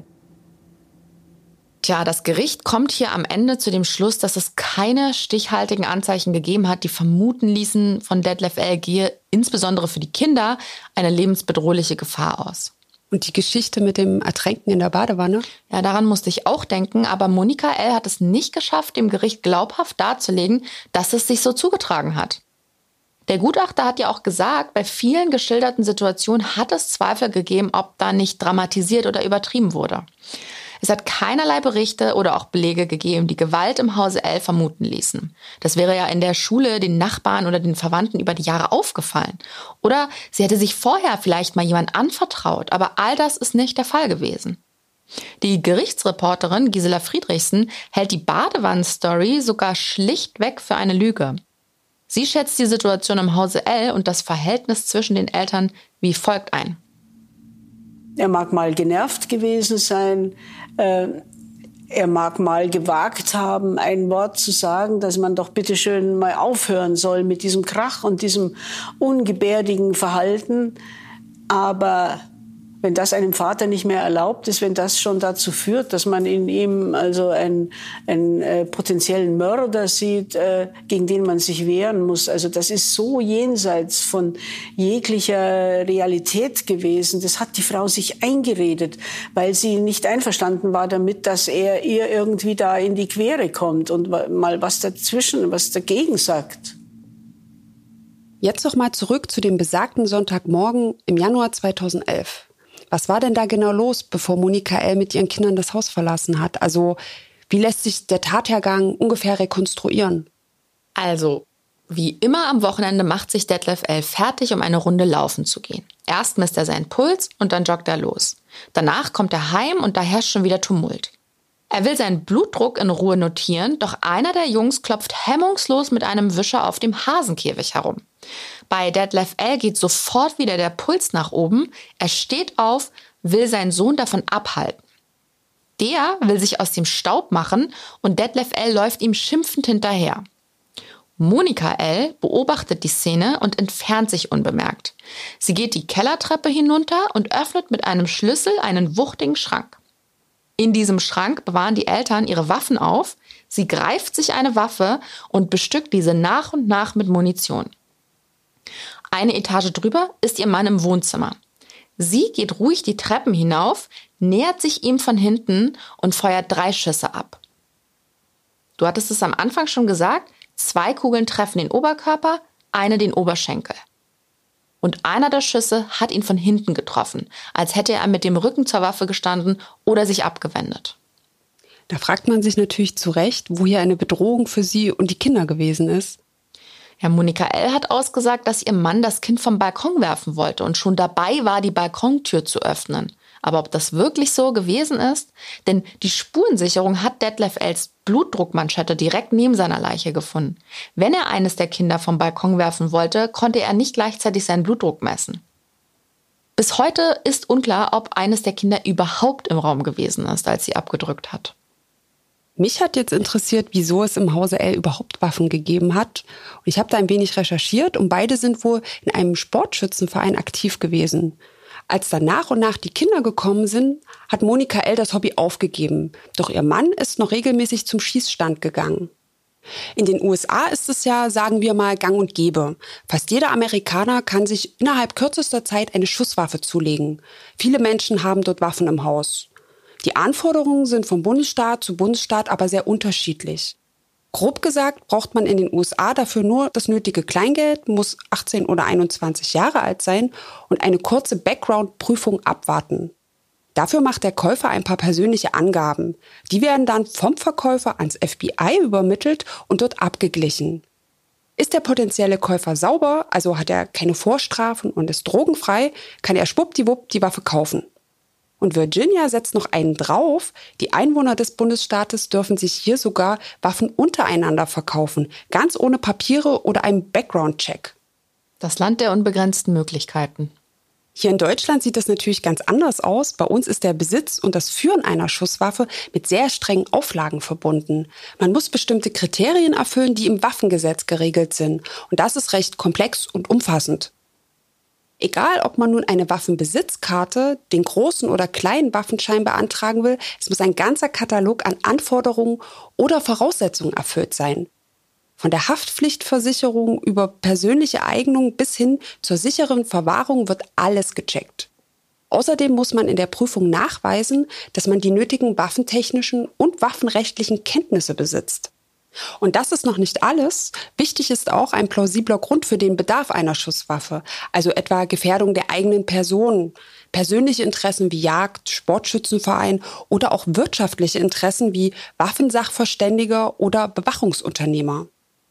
Tja, das Gericht kommt hier am Ende zu dem Schluss, dass es keine stichhaltigen Anzeichen gegeben hat, die vermuten ließen, von Detlef L. gehe insbesondere für die Kinder eine lebensbedrohliche Gefahr aus. Und die Geschichte mit dem Ertränken in der Badewanne? Ja, daran musste ich auch denken, aber Monika L. hat es nicht geschafft, dem Gericht glaubhaft darzulegen, dass es sich so zugetragen hat. Der Gutachter hat ja auch gesagt, bei vielen geschilderten Situationen hat es Zweifel gegeben, ob da nicht dramatisiert oder übertrieben wurde. Es hat keinerlei Berichte oder auch Belege gegeben, die Gewalt im Hause L. vermuten ließen. Das wäre ja in der Schule den Nachbarn oder den Verwandten über die Jahre aufgefallen. Oder sie hätte sich vorher vielleicht mal jemand anvertraut, aber all das ist nicht der Fall gewesen. Die Gerichtsreporterin Gisela Friedrichsen hält die Badewannen-Story sogar schlichtweg für eine Lüge. Sie schätzt die Situation im Hause L. und das Verhältnis zwischen den Eltern wie folgt ein. Er mag mal genervt gewesen sein, er mag mal gewagt haben, ein Wort zu sagen, dass man doch bitte schön mal aufhören soll mit diesem Krach und diesem ungebärdigen Verhalten. Aber Wenn das einem Vater nicht mehr erlaubt ist, wenn das schon dazu führt, dass man in ihm also einen potenziellen Mörder sieht, gegen den man sich wehren muss. Also das ist so jenseits von jeglicher Realität gewesen. Das hat die Frau sich eingeredet, weil sie nicht einverstanden war damit, dass er ihr irgendwie da in die Quere kommt und mal was dagegen sagt. Jetzt noch mal zurück zu dem besagten Sonntagmorgen im Januar 2011. Was war denn da genau los, bevor Monika L. mit ihren Kindern das Haus verlassen hat? Also, wie lässt sich der Tathergang ungefähr rekonstruieren? Also, wie immer am Wochenende macht sich Detlef L. fertig, um eine Runde laufen zu gehen. Erst misst er seinen Puls und dann joggt er los. Danach kommt er heim und da herrscht schon wieder Tumult. Er will seinen Blutdruck in Ruhe notieren, doch einer der Jungs klopft hemmungslos mit einem Wischer auf dem Hasenkäfig herum. Bei Detlef L. geht sofort wieder der Puls nach oben. Er steht auf, will seinen Sohn davon abhalten. Der will sich aus dem Staub machen und Detlef L. läuft ihm schimpfend hinterher. Monika L. beobachtet die Szene und entfernt sich unbemerkt. Sie geht die Kellertreppe hinunter und öffnet mit einem Schlüssel einen wuchtigen Schrank. In diesem Schrank bewahren die Eltern ihre Waffen auf. Sie greift sich eine Waffe und bestückt diese nach und nach mit Munition. Eine Etage drüber ist ihr Mann im Wohnzimmer. Sie geht ruhig die Treppen hinauf, nähert sich ihm von hinten und feuert 3 Schüsse ab. Du hattest es am Anfang schon gesagt, 2 Kugeln treffen den Oberkörper, eine den Oberschenkel. Und einer der Schüsse hat ihn von hinten getroffen, als hätte er mit dem Rücken zur Waffe gestanden oder sich abgewendet. Da fragt man sich natürlich zu Recht, wo hier eine Bedrohung für sie und die Kinder gewesen ist. Ja, Monika L. hat ausgesagt, dass ihr Mann das Kind vom Balkon werfen wollte und schon dabei war, die Balkontür zu öffnen. Aber ob das wirklich so gewesen ist? Denn die Spurensicherung hat Detlef L.'s Blutdruckmanschette direkt neben seiner Leiche gefunden. Wenn er eines der Kinder vom Balkon werfen wollte, konnte er nicht gleichzeitig seinen Blutdruck messen. Bis heute ist unklar, ob eines der Kinder überhaupt im Raum gewesen ist, als sie abgedrückt hat. Mich hat jetzt interessiert, wieso es im Hause L. überhaupt Waffen gegeben hat. Und ich habe da ein wenig recherchiert und beide sind wohl in einem Sportschützenverein aktiv gewesen. Als dann nach und nach die Kinder gekommen sind, hat Monika L. das Hobby aufgegeben. Doch ihr Mann ist noch regelmäßig zum Schießstand gegangen. In den USA ist es ja, sagen wir mal, gang und gäbe. Fast jeder Amerikaner kann sich innerhalb kürzester Zeit eine Schusswaffe zulegen. Viele Menschen haben dort Waffen im Haus. Die Anforderungen sind von Bundesstaat zu Bundesstaat aber sehr unterschiedlich. Grob gesagt braucht man in den USA dafür nur das nötige Kleingeld, muss 18 oder 21 Jahre alt sein und eine kurze Background-Prüfung abwarten. Dafür macht der Käufer ein paar persönliche Angaben. Die werden dann vom Verkäufer ans FBI übermittelt und dort abgeglichen. Ist der potenzielle Käufer sauber, also hat er keine Vorstrafen und ist drogenfrei, kann er schwuppdiwupp die Waffe kaufen. Und Virginia setzt noch einen drauf. Die Einwohner des Bundesstaates dürfen sich hier sogar Waffen untereinander verkaufen, ganz ohne Papiere oder einem Background-Check. Das Land der unbegrenzten Möglichkeiten. Hier in Deutschland sieht das natürlich ganz anders aus. Bei uns ist der Besitz und das Führen einer Schusswaffe mit sehr strengen Auflagen verbunden. Man muss bestimmte Kriterien erfüllen, die im Waffengesetz geregelt sind. Und das ist recht komplex und umfassend. Egal, ob man nun eine Waffenbesitzkarte, den großen oder kleinen Waffenschein beantragen will, es muss ein ganzer Katalog an Anforderungen oder Voraussetzungen erfüllt sein. Von der Haftpflichtversicherung über persönliche Eignung bis hin zur sicheren Verwahrung wird alles gecheckt. Außerdem muss man in der Prüfung nachweisen, dass man die nötigen waffentechnischen und waffenrechtlichen Kenntnisse besitzt. Und das ist noch nicht alles. Wichtig ist auch ein plausibler Grund für den Bedarf einer Schusswaffe, also etwa Gefährdung der eigenen Person, persönliche Interessen wie Jagd, Sportschützenverein oder auch wirtschaftliche Interessen wie Waffensachverständiger oder Bewachungsunternehmer.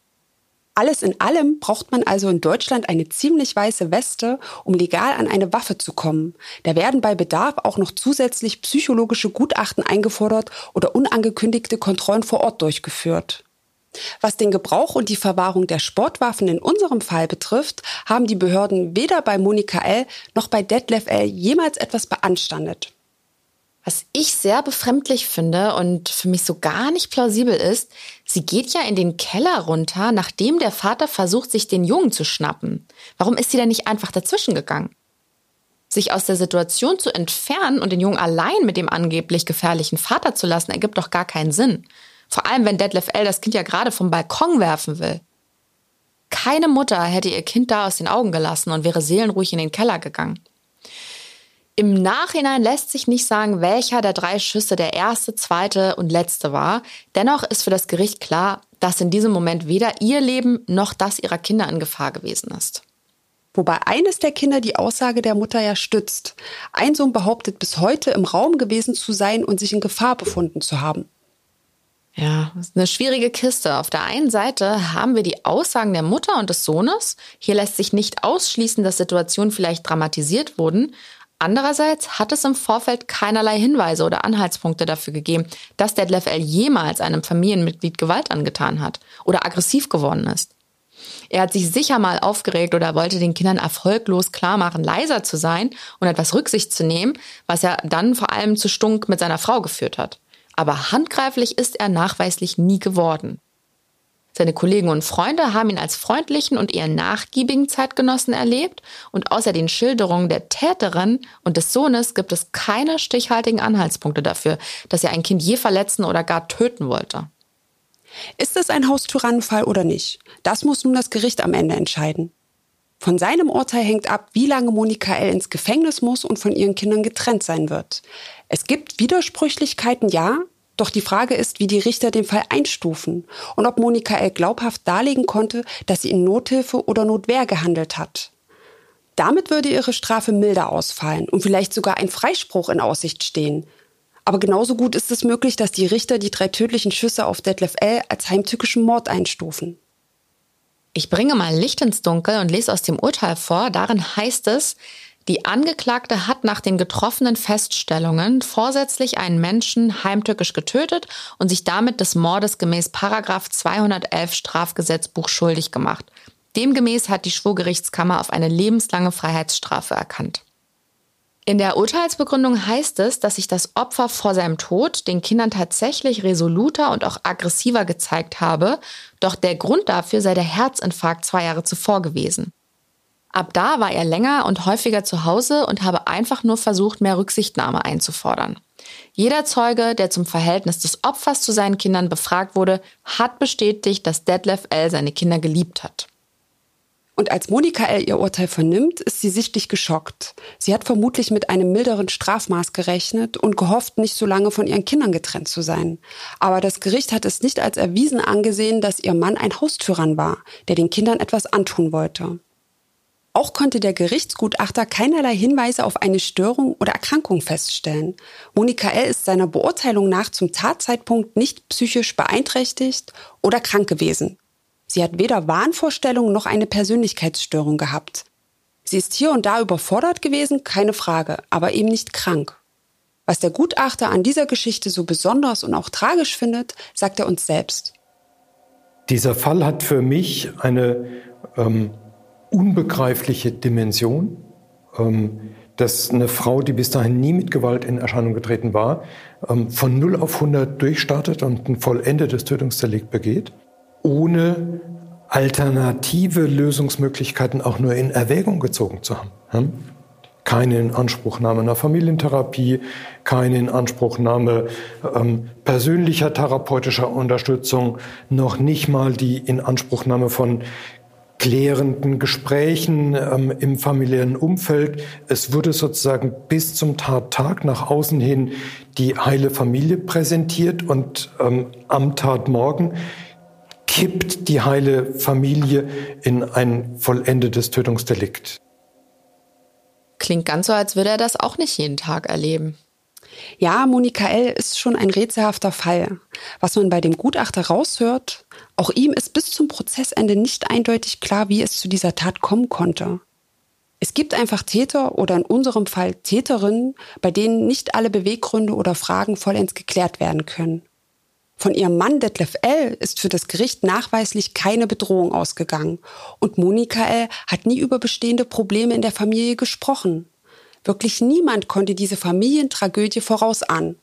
Alles in allem braucht man also in Deutschland eine ziemlich weiße Weste, um legal an eine Waffe zu kommen. Da werden bei Bedarf auch noch zusätzlich psychologische Gutachten eingefordert oder unangekündigte Kontrollen vor Ort durchgeführt. Was den Gebrauch und die Verwahrung der Sportwaffen in unserem Fall betrifft, haben die Behörden weder bei Monika L. noch bei Detlef L. jemals etwas beanstandet. Was ich sehr befremdlich finde und für mich so gar nicht plausibel ist, sie geht ja in den Keller runter, nachdem der Vater versucht, sich den Jungen zu schnappen. Warum ist sie denn nicht einfach dazwischen gegangen? Sich aus der Situation zu entfernen und den Jungen allein mit dem angeblich gefährlichen Vater zu lassen, ergibt doch gar keinen Sinn. Vor allem, wenn Detlef L. das Kind ja gerade vom Balkon werfen will. Keine Mutter hätte ihr Kind da aus den Augen gelassen und wäre seelenruhig in den Keller gegangen. Im Nachhinein lässt sich nicht sagen, welcher der 3 Schüsse der erste, zweite und letzte war. Dennoch ist für das Gericht klar, dass in diesem Moment weder ihr Leben noch das ihrer Kinder in Gefahr gewesen ist. Wobei eines der Kinder die Aussage der Mutter ja stützt. Ein Sohn behauptet bis heute im Raum gewesen zu sein und sich in Gefahr befunden zu haben. Ja, das ist eine schwierige Kiste. Auf der einen Seite haben wir die Aussagen der Mutter und des Sohnes. Hier lässt sich nicht ausschließen, dass Situationen vielleicht dramatisiert wurden. Andererseits hat es im Vorfeld keinerlei Hinweise oder Anhaltspunkte dafür gegeben, dass Detlef L. jemals einem Familienmitglied Gewalt angetan hat oder aggressiv geworden ist. Er hat sich sicher mal aufgeregt oder wollte den Kindern erfolglos klarmachen, leiser zu sein und etwas Rücksicht zu nehmen, was ja dann vor allem zu Stunk mit seiner Frau geführt hat. Aber handgreiflich ist er nachweislich nie geworden. Seine Kollegen und Freunde haben ihn als freundlichen und eher nachgiebigen Zeitgenossen erlebt und außer den Schilderungen der Täterin und des Sohnes gibt es keine stichhaltigen Anhaltspunkte dafür, dass er ein Kind je verletzen oder gar töten wollte. Ist es ein Haustyrannenfall oder nicht? Das muss nun das Gericht am Ende entscheiden. Von seinem Urteil hängt ab, wie lange Monika L. ins Gefängnis muss und von ihren Kindern getrennt sein wird. Es gibt Widersprüchlichkeiten, ja, doch die Frage ist, wie die Richter den Fall einstufen und ob Monika L. glaubhaft darlegen konnte, dass sie in Nothilfe oder Notwehr gehandelt hat. Damit würde ihre Strafe milder ausfallen und vielleicht sogar ein Freispruch in Aussicht stehen. Aber genauso gut ist es möglich, dass die Richter die 3 tödlichen Schüsse auf Detlef L. als heimtückischen Mord einstufen. Ich bringe mal Licht ins Dunkel und lese aus dem Urteil vor. Darin heißt es, die Angeklagte hat nach den getroffenen Feststellungen vorsätzlich einen Menschen heimtückisch getötet und sich damit des Mordes gemäß § 211 Strafgesetzbuch schuldig gemacht. Demgemäß hat die Schwurgerichtskammer auf eine lebenslange Freiheitsstrafe erkannt. In der Urteilsbegründung heißt es, dass sich das Opfer vor seinem Tod den Kindern tatsächlich resoluter und auch aggressiver gezeigt habe, doch der Grund dafür sei der Herzinfarkt 2 Jahre zuvor gewesen. Ab da war er länger und häufiger zu Hause und habe einfach nur versucht, mehr Rücksichtnahme einzufordern. Jeder Zeuge, der zum Verhältnis des Opfers zu seinen Kindern befragt wurde, hat bestätigt, dass Detlef L. seine Kinder geliebt hat. Und als Monika L. ihr Urteil vernimmt, ist sie sichtlich geschockt. Sie hat vermutlich mit einem milderen Strafmaß gerechnet und gehofft, nicht so lange von ihren Kindern getrennt zu sein. Aber das Gericht hat es nicht als erwiesen angesehen, dass ihr Mann ein Haustyrann war, der den Kindern etwas antun wollte. Auch konnte der Gerichtsgutachter keinerlei Hinweise auf eine Störung oder Erkrankung feststellen. Monika L. ist seiner Beurteilung nach zum Tatzeitpunkt nicht psychisch beeinträchtigt oder krank gewesen. Sie hat weder Wahnvorstellungen noch eine Persönlichkeitsstörung gehabt. Sie ist hier und da überfordert gewesen, keine Frage, aber eben nicht krank. Was der Gutachter an dieser Geschichte so besonders und auch tragisch findet, sagt er uns selbst. Dieser Fall hat für mich eine unbegreifliche Dimension, dass eine Frau, die bis dahin nie mit Gewalt in Erscheinung getreten war, von 0 auf 100 durchstartet und ein vollendetes Tötungsdelikt begeht, ohne alternative Lösungsmöglichkeiten auch nur in Erwägung gezogen zu haben. Keine Inanspruchnahme einer Familientherapie, keine Inanspruchnahme persönlicher therapeutischer Unterstützung, noch nicht mal die Inanspruchnahme von klärenden Gesprächen im familiären Umfeld. Es wurde sozusagen bis zum Tattag nach außen hin die heile Familie präsentiert und am Tatmorgen kippt die heile Familie in ein vollendetes Tötungsdelikt. Klingt ganz so, als würde er das auch nicht jeden Tag erleben. Ja, Monika L. ist schon ein rätselhafter Fall. Was man bei dem Gutachter raushört, auch ihm ist bis zum Prozessende nicht eindeutig klar, wie es zu dieser Tat kommen konnte. Es gibt einfach Täter oder in unserem Fall Täterinnen, bei denen nicht alle Beweggründe oder Fragen vollends geklärt werden können. Von ihrem Mann Detlef L. ist für das Gericht nachweislich keine Bedrohung ausgegangen und Monika L. hat nie über bestehende Probleme in der Familie gesprochen. Wirklich niemand konnte diese Familientragödie vorausahnen.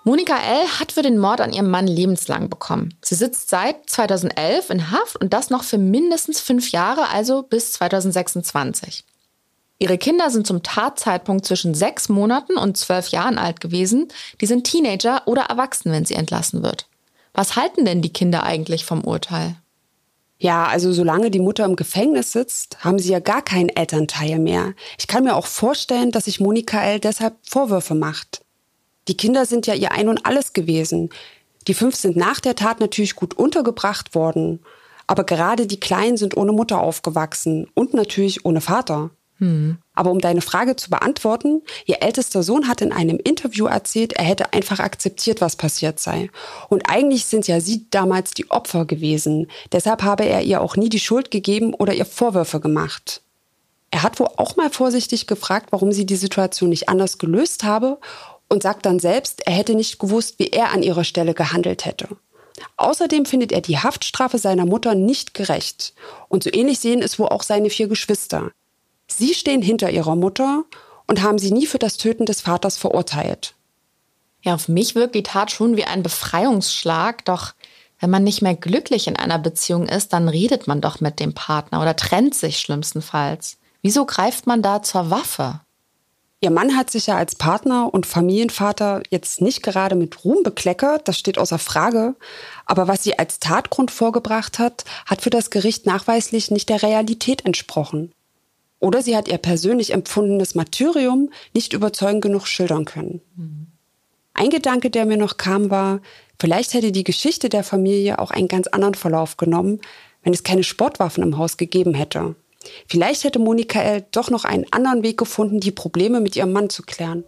Monika L. hat für den Mord an ihrem Mann lebenslang bekommen. Sie sitzt seit 2011 in Haft und das noch für mindestens 5 Jahre, also bis 2026. Ihre Kinder sind zum Tatzeitpunkt zwischen 6 Monaten und 12 Jahren alt gewesen. Die sind Teenager oder erwachsen, wenn sie entlassen wird. Was halten denn die Kinder eigentlich vom Urteil? Ja, also solange die Mutter im Gefängnis sitzt, haben sie ja gar keinen Elternteil mehr. Ich kann mir auch vorstellen, dass sich Monika L. deshalb Vorwürfe macht. Die Kinder sind ja ihr Ein und Alles gewesen. Die 5 sind nach der Tat natürlich gut untergebracht worden. Aber gerade die Kleinen sind ohne Mutter aufgewachsen und natürlich ohne Vater. Aber um deine Frage zu beantworten, ihr ältester Sohn hat in einem Interview erzählt, er hätte einfach akzeptiert, was passiert sei. Und eigentlich sind ja sie damals die Opfer gewesen. Deshalb habe er ihr auch nie die Schuld gegeben oder ihr Vorwürfe gemacht. Er hat wohl auch mal vorsichtig gefragt, warum sie die Situation nicht anders gelöst habe und sagt dann selbst, er hätte nicht gewusst, wie er an ihrer Stelle gehandelt hätte. Außerdem findet er die Haftstrafe seiner Mutter nicht gerecht. Und so ähnlich sehen es wohl auch seine 4 Geschwister. Sie stehen hinter ihrer Mutter und haben sie nie für das Töten des Vaters verurteilt. Ja, auf mich wirkt die Tat schon wie ein Befreiungsschlag. Doch wenn man nicht mehr glücklich in einer Beziehung ist, dann redet man doch mit dem Partner oder trennt sich schlimmstenfalls. Wieso greift man da zur Waffe? Ihr Mann hat sich ja als Partner und Familienvater jetzt nicht gerade mit Ruhm bekleckert, das steht außer Frage. Aber was sie als Tatgrund vorgebracht hat, hat für das Gericht nachweislich nicht der Realität entsprochen. Oder sie hat ihr persönlich empfundenes Martyrium nicht überzeugend genug schildern können. Ein Gedanke, der mir noch kam, war, vielleicht hätte die Geschichte der Familie auch einen ganz anderen Verlauf genommen, wenn es keine Sportwaffen im Haus gegeben hätte. Vielleicht hätte Monika L. doch noch einen anderen Weg gefunden, die Probleme mit ihrem Mann zu klären.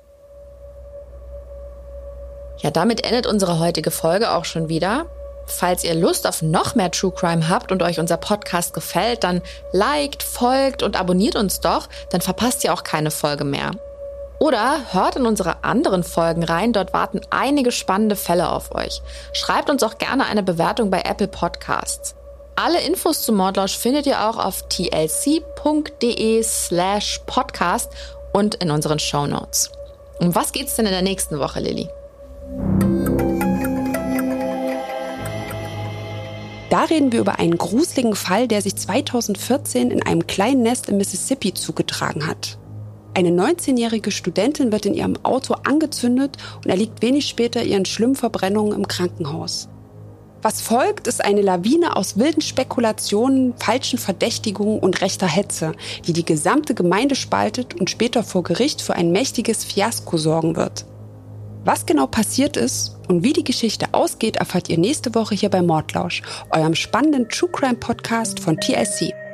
Ja, damit endet unsere heutige Folge auch schon wieder. Falls ihr Lust auf noch mehr True Crime habt und euch unser Podcast gefällt, dann liked, folgt und abonniert uns doch, dann verpasst ihr auch keine Folge mehr. Oder hört in unsere anderen Folgen rein, dort warten einige spannende Fälle auf euch. Schreibt uns auch gerne eine Bewertung bei Apple Podcasts. Alle Infos zu Mordlausch findet ihr auch auf tlc.de/podcast und in unseren Shownotes. Um was geht's denn in der nächsten Woche, Lilly? Da reden wir über einen gruseligen Fall, der sich 2014 in einem kleinen Nest im Mississippi zugetragen hat. Eine 19-jährige Studentin wird in ihrem Auto angezündet und erliegt wenig später ihren schlimmen Verbrennungen im Krankenhaus. Was folgt, ist eine Lawine aus wilden Spekulationen, falschen Verdächtigungen und rechter Hetze, die die gesamte Gemeinde spaltet und später vor Gericht für ein mächtiges Fiasko sorgen wird. Was genau passiert ist und wie die Geschichte ausgeht, erfahrt ihr nächste Woche hier bei Mordlausch, eurem spannenden True Crime Podcast von TLC.